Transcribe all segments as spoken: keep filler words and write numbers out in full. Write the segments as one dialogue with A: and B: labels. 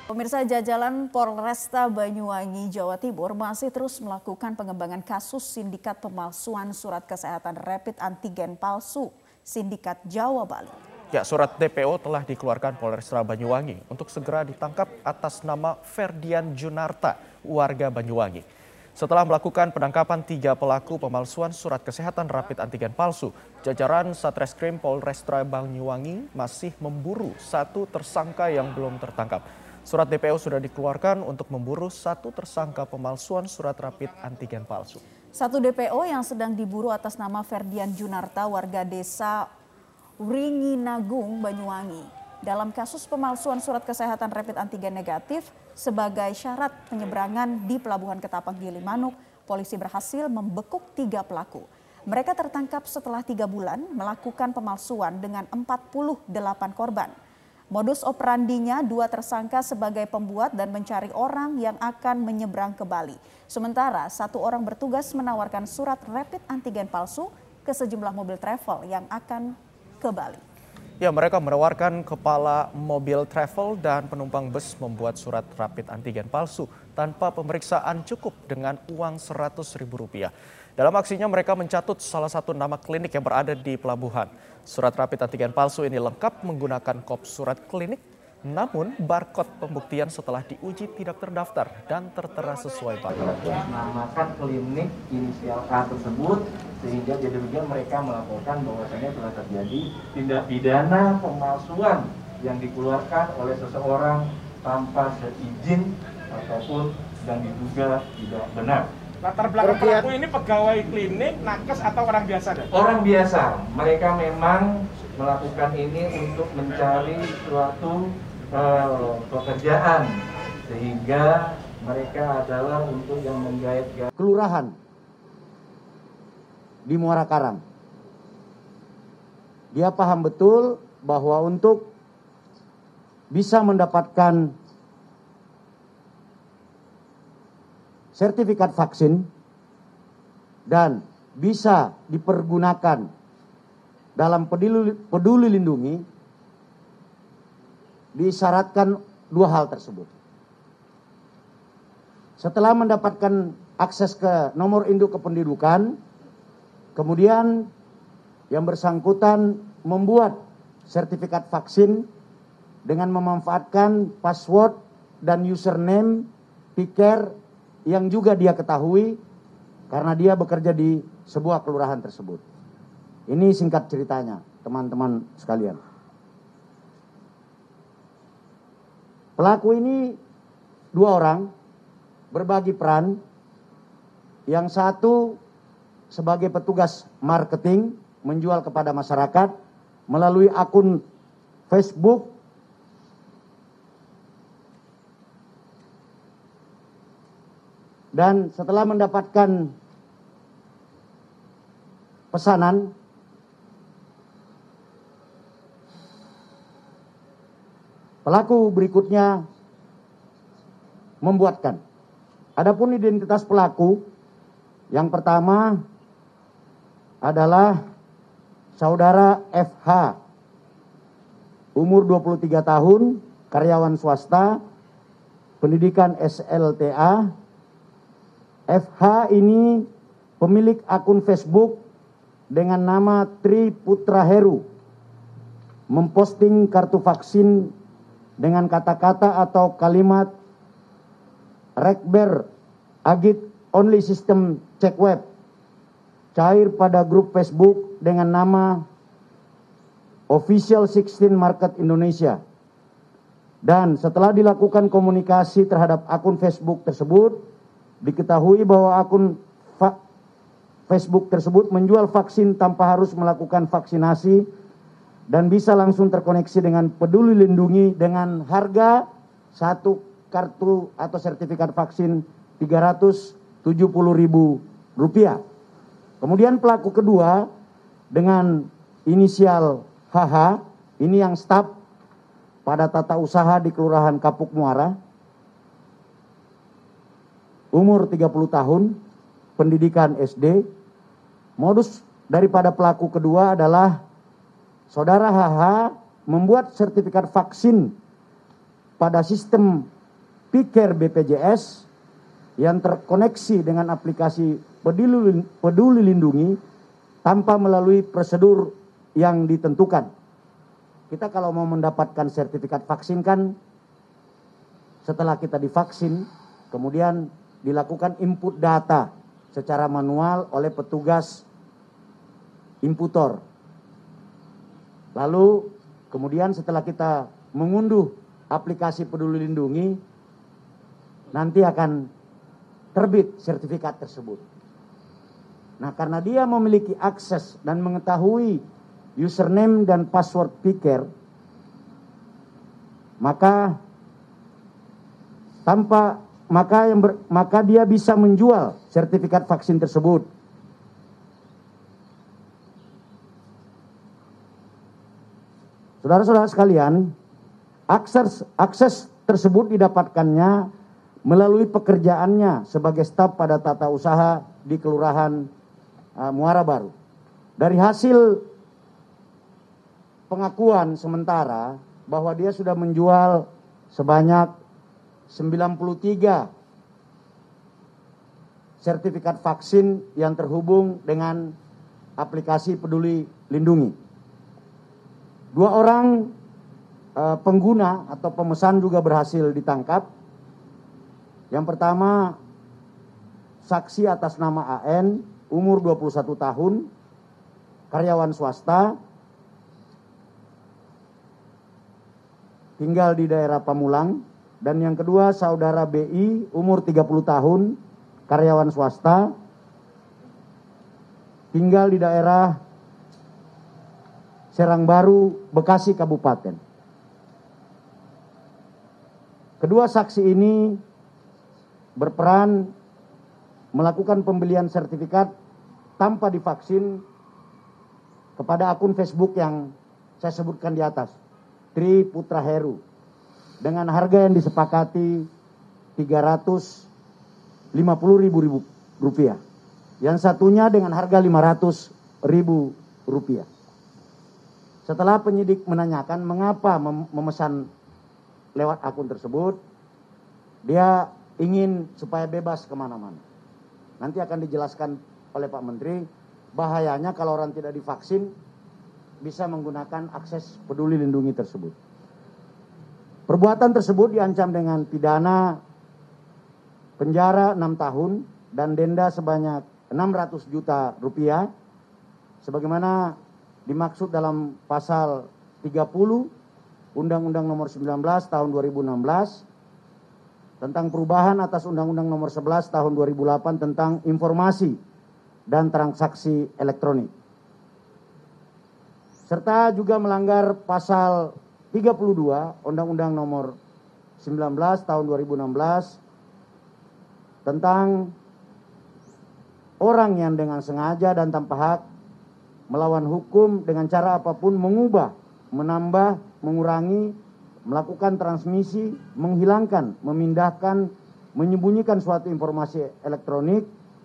A: Pemirsa, jajaran Polresta Banyuwangi, Jawa Timur masih terus melakukan pengembangan kasus sindikat pemalsuan surat kesehatan rapid antigen palsu sindikat Jawa Bali.
B: Ya, surat D P O telah dikeluarkan Polresta Banyuwangi untuk segera ditangkap atas nama Ferdian Junarta, warga Banyuwangi. Setelah melakukan penangkapan tiga pelaku pemalsuan surat kesehatan rapid antigen palsu, jajaran Satreskrim Polresta Banyuwangi masih memburu satu tersangka yang belum tertangkap. Surat D P O sudah dikeluarkan untuk memburu satu tersangka pemalsuan surat rapid antigen palsu.
A: Satu D P O yang sedang diburu atas nama Ferdian Junarta, warga desa Wringinagung, Banyuwangi. Dalam kasus pemalsuan surat kesehatan rapid antigen negatif sebagai syarat penyeberangan di Pelabuhan Ketapang Gilimanuk, polisi berhasil membekuk tiga pelaku. Mereka tertangkap setelah tiga bulan melakukan pemalsuan dengan empat puluh delapan korban. Modus operandinya, dua tersangka sebagai pembuat dan mencari orang yang akan menyeberang ke Bali. Sementara satu orang bertugas menawarkan surat rapid antigen palsu ke sejumlah mobil travel yang akan ke Bali.
B: Ya, mereka menawarkan kepala mobil travel dan penumpang bus membuat surat rapid antigen palsu tanpa pemeriksaan cukup dengan uang seratus ribu rupiah. Dalam aksinya mereka mencatut salah satu nama klinik yang berada di pelabuhan. Surat rapid antigen palsu ini lengkap menggunakan kop surat klinik, namun barcode pembuktian setelah diuji tidak terdaftar dan tertera sesuai barcode.
C: Menamakan klinik inisial A tersebut, sehingga jadi demikian mereka melaporkan bahwasanya telah terjadi tindak pidana pemalsuan yang dikeluarkan oleh seseorang tanpa seizin ataupun yang diduga tidak benar.
D: Latar belakang pelaku ini pegawai klinik, nakes atau orang biasa? Dan?
C: Orang biasa. Mereka memang melakukan ini untuk mencari suatu uh, pekerjaan, sehingga mereka adalah untuk yang menggait-gait.
E: Kelurahan di Muara Karang. Dia paham betul bahwa untuk bisa mendapatkan sertifikat vaksin dan bisa dipergunakan dalam peduli, peduli lindungi, disyaratkan dua hal tersebut. Setelah mendapatkan akses ke nomor induk kependudukan, kemudian yang bersangkutan membuat sertifikat vaksin dengan memanfaatkan password dan username Piker yang juga dia ketahui karena dia bekerja di sebuah kelurahan tersebut. Ini singkat ceritanya, teman-teman sekalian. Pelaku ini dua orang berbagi peran. Yang satu sebagai petugas marketing menjual kepada masyarakat melalui akun Facebook dan setelah mendapatkan pesanan pelaku berikutnya membuatkan. Adapun identitas pelaku yang pertama adalah saudara F H, umur dua puluh tiga tahun, karyawan swasta, pendidikan S L T A. F H ini pemilik akun Facebook dengan nama Tri Putra Heru, memposting kartu vaksin dengan kata-kata atau kalimat Rekber Agit Only System Check Web, cair pada grup Facebook dengan nama Official enam belas Market Indonesia. Dan setelah dilakukan komunikasi terhadap akun Facebook tersebut, diketahui bahwa akun Facebook tersebut menjual vaksin tanpa harus melakukan vaksinasi dan bisa langsung terkoneksi dengan Peduli Lindungi dengan harga satu kartu atau sertifikat vaksin tiga ratus tujuh puluh ribu rupiah. Kemudian pelaku kedua dengan inisial H H, ini yang staf pada tata usaha di Kelurahan Kapuk Muara, umur tiga puluh tahun, pendidikan S D. Modus daripada pelaku kedua adalah saudara H H membuat sertifikat vaksin pada sistem P-Care B P J S yang terkoneksi dengan aplikasi Peduli, Peduli Lindungi tanpa melalui prosedur yang ditentukan. Kita kalau mau mendapatkan sertifikat vaksin kan setelah kita divaksin, kemudian dilakukan input data secara manual oleh petugas imputor. Lalu kemudian setelah kita mengunduh aplikasi Peduli Lindungi, nanti akan terbit sertifikat tersebut. Nah, karena dia memiliki akses dan mengetahui username dan password P-Care, maka tanpa maka yang ber, maka dia bisa menjual sertifikat vaksin tersebut. Saudara-saudara sekalian, akses akses tersebut didapatkannya melalui pekerjaannya sebagai staf pada tata usaha di Kelurahan uh, Muara Baru. Dari hasil pengakuan sementara bahwa dia sudah menjual sebanyak sembilan puluh tiga sertifikat vaksin yang terhubung dengan aplikasi Peduli Lindungi. Dua orang uh, pengguna atau pemesan juga berhasil ditangkap. Yang pertama, saksi atas nama A N, umur dua puluh satu tahun, karyawan swasta, tinggal di daerah Pamulang. Dan yang kedua, saudara B I, umur tiga puluh tahun, karyawan swasta, tinggal di daerah Serang Baru, Bekasi Kabupaten. Kedua saksi ini berperan melakukan pembelian sertifikat tanpa divaksin kepada akun Facebook yang saya sebutkan di atas, Tri Putra Heru, dengan harga yang disepakati tiga ratus lima puluh ribu rupiah. Yang satunya dengan harga lima ratus ribu rupiah. Setelah penyidik menanyakan mengapa mem- memesan lewat akun tersebut, dia ingin supaya bebas kemana-mana. Nanti akan dijelaskan oleh Pak Menteri, bahayanya kalau orang tidak divaksin bisa menggunakan akses Peduli Lindungi tersebut. Perbuatan tersebut diancam dengan pidana penjara enam tahun dan denda sebanyak enam ratus juta rupiah, sebagaimana dimaksud dalam pasal tiga puluh Undang-Undang Nomor sembilan belas Tahun dua ribu enam belas tentang perubahan atas Undang-Undang Nomor sebelas Tahun dua ribu delapan tentang informasi dan transaksi elektronik. Serta juga melanggar pasal tiga puluh dua Undang-Undang Nomor sembilan belas Tahun dua ribu enam belas tentang orang yang dengan sengaja dan tanpa hak melawan hukum dengan cara apapun mengubah, menambah, mengurangi, melakukan transmisi, menghilangkan, memindahkan, menyembunyikan suatu informasi elektronik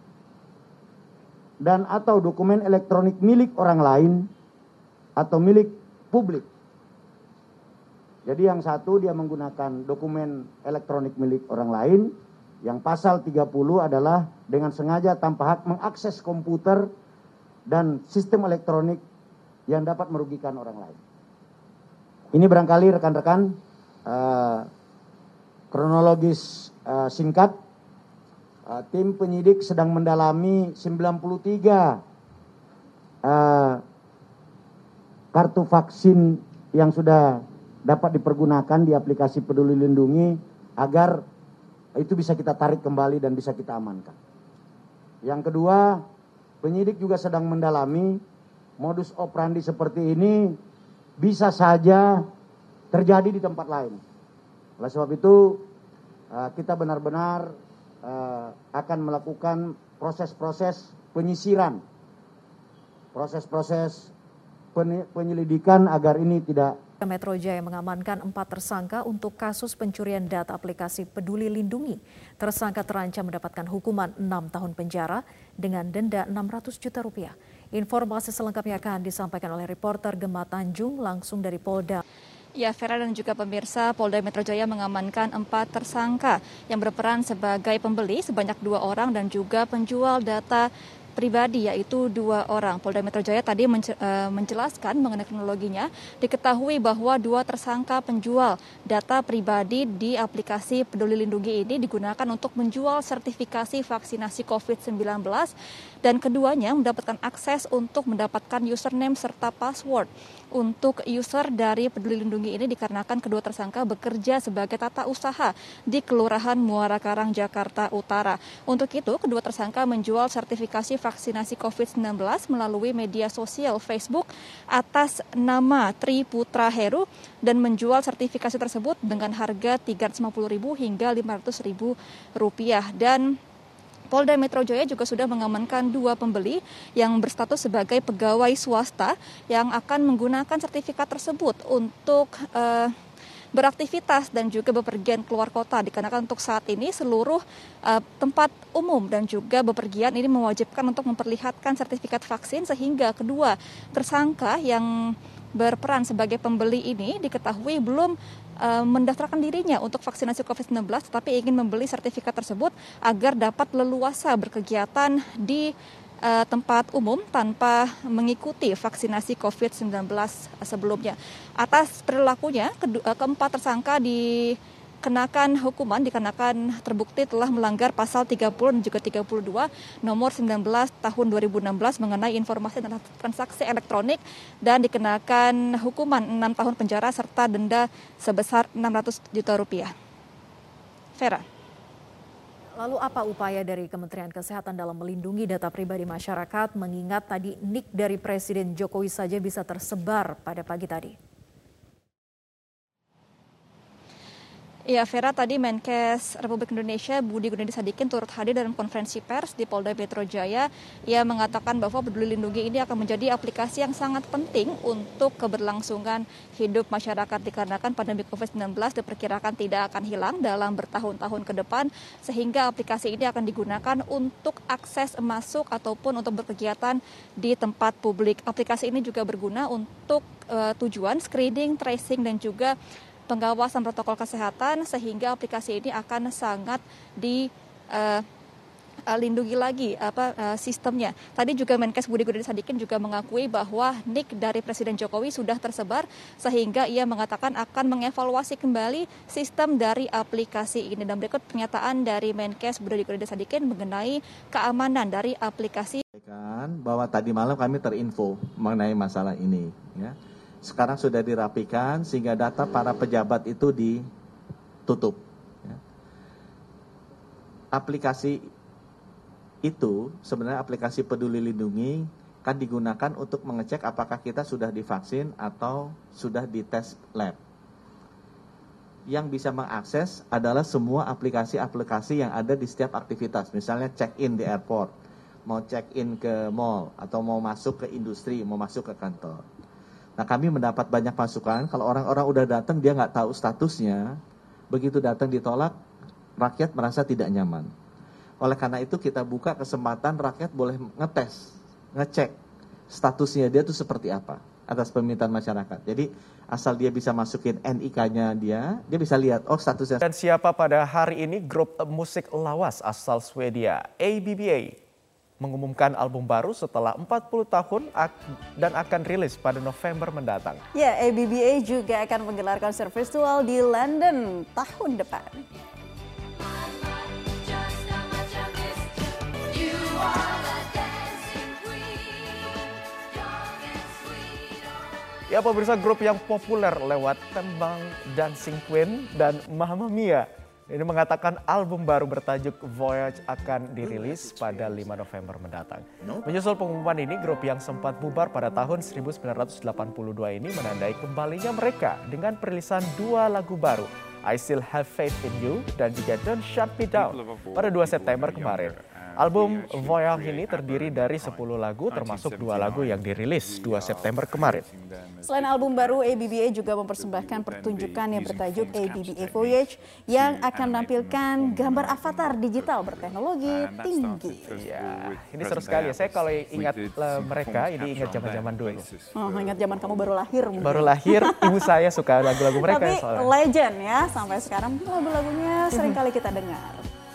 E: dan atau dokumen elektronik milik orang lain atau milik publik. Jadi yang satu dia menggunakan dokumen elektronik milik orang lain, yang pasal tiga puluh adalah dengan sengaja tanpa hak mengakses komputer dan sistem elektronik yang dapat merugikan orang lain. Ini barangkali rekan-rekan uh, kronologis uh, singkat. Uh, tim penyidik sedang mendalami sembilan puluh tiga uh, kartu vaksin yang sudah dapat dipergunakan di aplikasi Peduli Lindungi agar itu bisa kita tarik kembali dan bisa kita amankan. Yang kedua, penyidik juga sedang mendalami modus operandi seperti ini bisa saja terjadi di tempat lain. Oleh sebab itu kita benar-benar akan melakukan proses-proses penyisiran, proses-proses penyelidikan agar ini tidak.
A: Metro Jaya mengamankan empat tersangka untuk kasus pencurian data aplikasi Peduli Lindungi. Tersangka terancam mendapatkan hukuman enam tahun penjara dengan denda enam ratus juta rupiah. Informasi selengkapnya akan disampaikan oleh reporter Gemma Tanjung langsung dari Polda.
F: Ya, Vera dan juga pemirsa, Polda Metro Jaya mengamankan empat tersangka yang berperan sebagai pembeli sebanyak dua orang dan juga penjual data pribadi yaitu dua orang. Polda Metro Jaya tadi menjelaskan mengenai kronologinya. Diketahui bahwa dua tersangka penjual data pribadi di aplikasi Peduli Lindungi ini digunakan untuk menjual sertifikasi vaksinasi covid sembilan belas dan keduanya mendapatkan akses untuk mendapatkan username serta password untuk user dari Peduli Lindungi ini dikarenakan kedua tersangka bekerja sebagai tata usaha di Kelurahan Muara Karang, Jakarta Utara. Untuk itu, kedua tersangka menjual sertifikasi vaksinasi covid sembilan belas melalui media sosial Facebook atas nama Tri Putra Heru dan menjual sertifikasi tersebut dengan harga tiga ratus lima puluh ribu rupiah hingga lima ratus ribu rupiah. Dan Polda Metro Jaya juga sudah mengamankan dua pembeli yang berstatus sebagai pegawai swasta yang akan menggunakan sertifikat tersebut untuk uh, beraktivitas dan juga bepergian keluar kota. Dikarenakan untuk saat ini seluruh uh, tempat umum dan juga bepergian ini mewajibkan untuk memperlihatkan sertifikat vaksin, sehingga kedua tersangka yang berperan sebagai pembeli ini diketahui belum uh, mendaftarkan dirinya untuk vaksinasi covid sembilan belas, tetapi ingin membeli sertifikat tersebut agar dapat leluasa berkegiatan di uh, tempat umum tanpa mengikuti vaksinasi covid sembilan belas sebelumnya. Atas perilakunya, kedua, uh, keempat tersangka dikenakan hukuman dikarenakan terbukti telah melanggar pasal tiga puluh dan juga tiga puluh dua nomor sembilan belas tahun dua ribu enam belas mengenai informasi dan transaksi elektronik dan dikenakan hukuman enam tahun penjara serta denda sebesar enam ratus juta rupiah. Vera.
A: Lalu apa upaya dari Kementerian Kesehatan dalam melindungi data pribadi masyarakat mengingat tadi nik dari Presiden Jokowi saja bisa tersebar pada pagi tadi?
F: Ya, Vera, tadi Menkes Republik Indonesia Budi Gunadi Sadikin turut hadir dalam konferensi pers di Polda Metro Jaya. Ia mengatakan bahwa Peduli Lindungi ini akan menjadi aplikasi yang sangat penting untuk keberlangsungan hidup masyarakat dikarenakan pandemi covid sembilan belas diperkirakan tidak akan hilang dalam bertahun-tahun ke depan, sehingga aplikasi ini akan digunakan untuk akses masuk ataupun untuk berkegiatan di tempat publik. Aplikasi ini juga berguna untuk uh, tujuan screening, tracing dan juga pengawasan protokol kesehatan, sehingga aplikasi ini akan sangat dilindungi uh, lagi apa uh, sistemnya. Tadi juga Menkes Budi Gunadi Sadikin juga mengakui bahwa nik dari Presiden Jokowi sudah tersebar, sehingga ia mengatakan akan mengevaluasi kembali sistem dari aplikasi ini. Dan berikut pernyataan dari Menkes Budi Gunadi Sadikin mengenai keamanan dari aplikasi.
G: Bahwa tadi malam kami terinfo mengenai masalah ini, ya. Sekarang sudah dirapikan sehingga data para pejabat itu ditutup. Ya. Aplikasi itu sebenarnya aplikasi Peduli Lindungi kan digunakan untuk mengecek apakah kita sudah divaksin atau sudah dites lab. Yang bisa mengakses adalah semua aplikasi-aplikasi yang ada di setiap aktivitas. Misalnya check-in di airport, mau check-in ke mall, atau mau masuk ke industri, mau masuk ke kantor. Nah, kami mendapat banyak masukan, kalau orang-orang udah datang dia nggak tahu statusnya, begitu datang ditolak, rakyat merasa tidak nyaman. Oleh karena itu kita buka kesempatan rakyat boleh ngetes, ngecek statusnya dia itu seperti apa atas permintaan masyarakat. Jadi asal dia bisa masukin N I K-nya dia, dia bisa lihat, oh statusnya.
B: Dan siapa pada hari ini grup musik lawas asal Swedia, A B B A, mengumumkan album baru setelah empat puluh tahun dan akan rilis pada November mendatang.
A: Ya, A B B A juga akan menggelar konser virtual di London tahun depan.
B: Ya, pemirsa, grup yang populer lewat tembang Dancing Queen dan Mamma Mia ini mengatakan album baru bertajuk Voyage akan dirilis pada lima November mendatang. Menyusul pengumuman ini, grup yang sempat bubar pada tahun seribu sembilan ratus delapan puluh dua ini menandai kembalinya mereka dengan perilisan dua lagu baru, I Still Have Faith in You dan juga Don't Shut Me Down pada dua September kemarin. Album Voyage ini terdiri dari sepuluh lagu, termasuk dua lagu yang dirilis dua September kemarin.
A: Selain album baru, A B B A juga mempersembahkan pertunjukan yang bertajuk A B B A Voyage yang akan menampilkan gambar avatar digital berteknologi tinggi.
B: Ya, ini seru sekali ya. Saya kalau ingat mereka, ini ingat zaman-zaman dulu.
A: Oh, ingat zaman kamu baru lahir. Mungkin.
B: Baru lahir, ibu saya suka lagu-lagu mereka.
A: Tapi
B: soalnya.
A: legend ya, sampai sekarang lagu-lagunya sering kali kita dengar.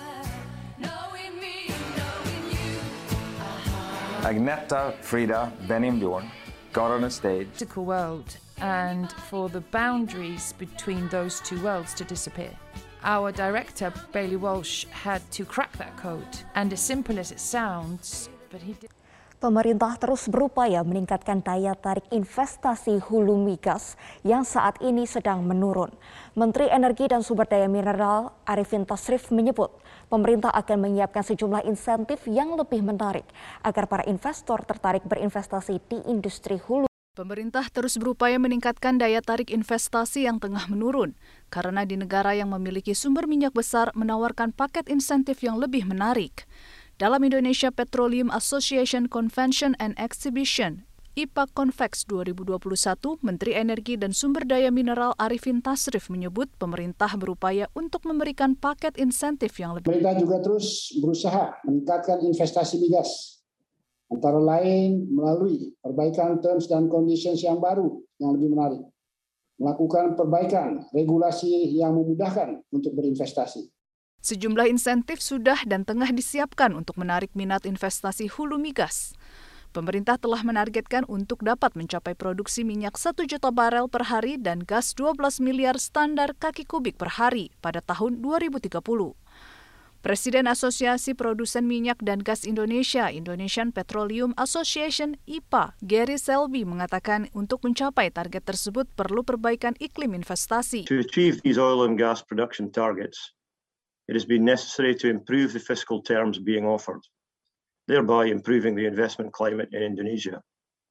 H: Agneta, Frida, Benim Bjorn got on a stage.
I: World and for the boundaries between those two worlds to disappear. Our director, Bailey Walsh, had to crack that code. And as simple as it sounds, but he did.
J: Pemerintah terus berupaya meningkatkan daya tarik investasi hulu migas yang saat ini sedang menurun. Menteri Energi dan Sumber Daya Mineral Arifin Tasrif menyebut pemerintah akan menyiapkan sejumlah insentif yang lebih menarik agar para investor tertarik berinvestasi di industri hulu.
K: Pemerintah terus berupaya meningkatkan daya tarik investasi yang tengah menurun karena di negara yang memiliki sumber minyak besar menawarkan paket insentif yang lebih menarik. Dalam Indonesia Petroleum Association Convention and Exhibition, I P A Convex dua ribu dua puluh satu, Menteri Energi dan Sumber Daya Mineral Arifin Tasrif menyebut pemerintah berupaya untuk memberikan paket insentif yang lebih.
L: Pemerintah juga terus berusaha meningkatkan investasi migas, antara lain melalui perbaikan terms dan conditions yang baru yang lebih menarik, melakukan perbaikan regulasi yang memudahkan untuk berinvestasi.
K: Sejumlah insentif sudah dan tengah disiapkan untuk menarik minat investasi hulu migas. Pemerintah telah menargetkan untuk dapat mencapai produksi minyak satu juta barel per hari dan gas dua belas miliar standar kaki kubik per hari pada tahun dua ribu tiga puluh. Presiden Asosiasi Produsen Minyak dan Gas Indonesia, Indonesian Petroleum Association I P A, Gary Selby mengatakan untuk mencapai target tersebut perlu perbaikan iklim investasi.
M: To achieve these oil and gas production targets, it has been necessary to improve the fiscal terms being offered, thereby improving the investment climate in Indonesia.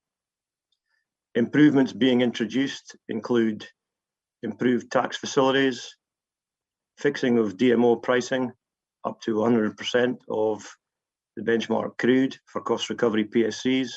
M: Improvements being introduced include improved tax facilities, fixing of D M O pricing up to one hundred percent of the benchmark crude for cost recovery P S Cs,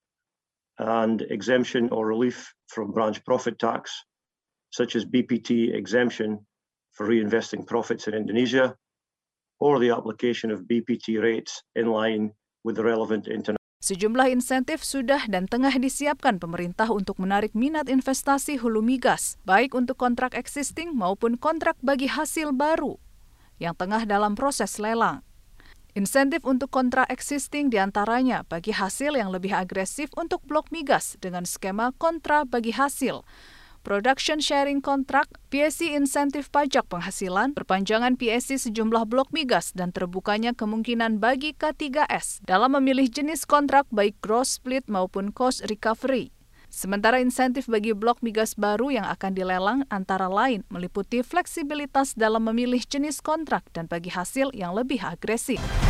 M: and exemption or relief from branch profit tax, such as B P T exemption for reinvesting profits in Indonesia, or the application of B P T rates in line with the relevant international.
K: Sejumlah insentif sudah dan tengah disiapkan pemerintah untuk menarik minat investasi hulu migas, baik untuk kontrak existing maupun kontrak bagi hasil baru yang tengah dalam proses lelang. Insentif untuk kontrak existing diantaranya bagi hasil yang lebih agresif untuk blok migas dengan skema kontra bagi hasil, Production Sharing Contract, P S C insentif pajak penghasilan, perpanjangan P S C sejumlah blok migas, dan terbukanya kemungkinan bagi K tiga S dalam memilih jenis kontrak baik gross split maupun cost recovery. Sementara insentif bagi blok migas baru yang akan dilelang antara lain meliputi fleksibilitas dalam memilih jenis kontrak dan bagi hasil yang lebih agresif.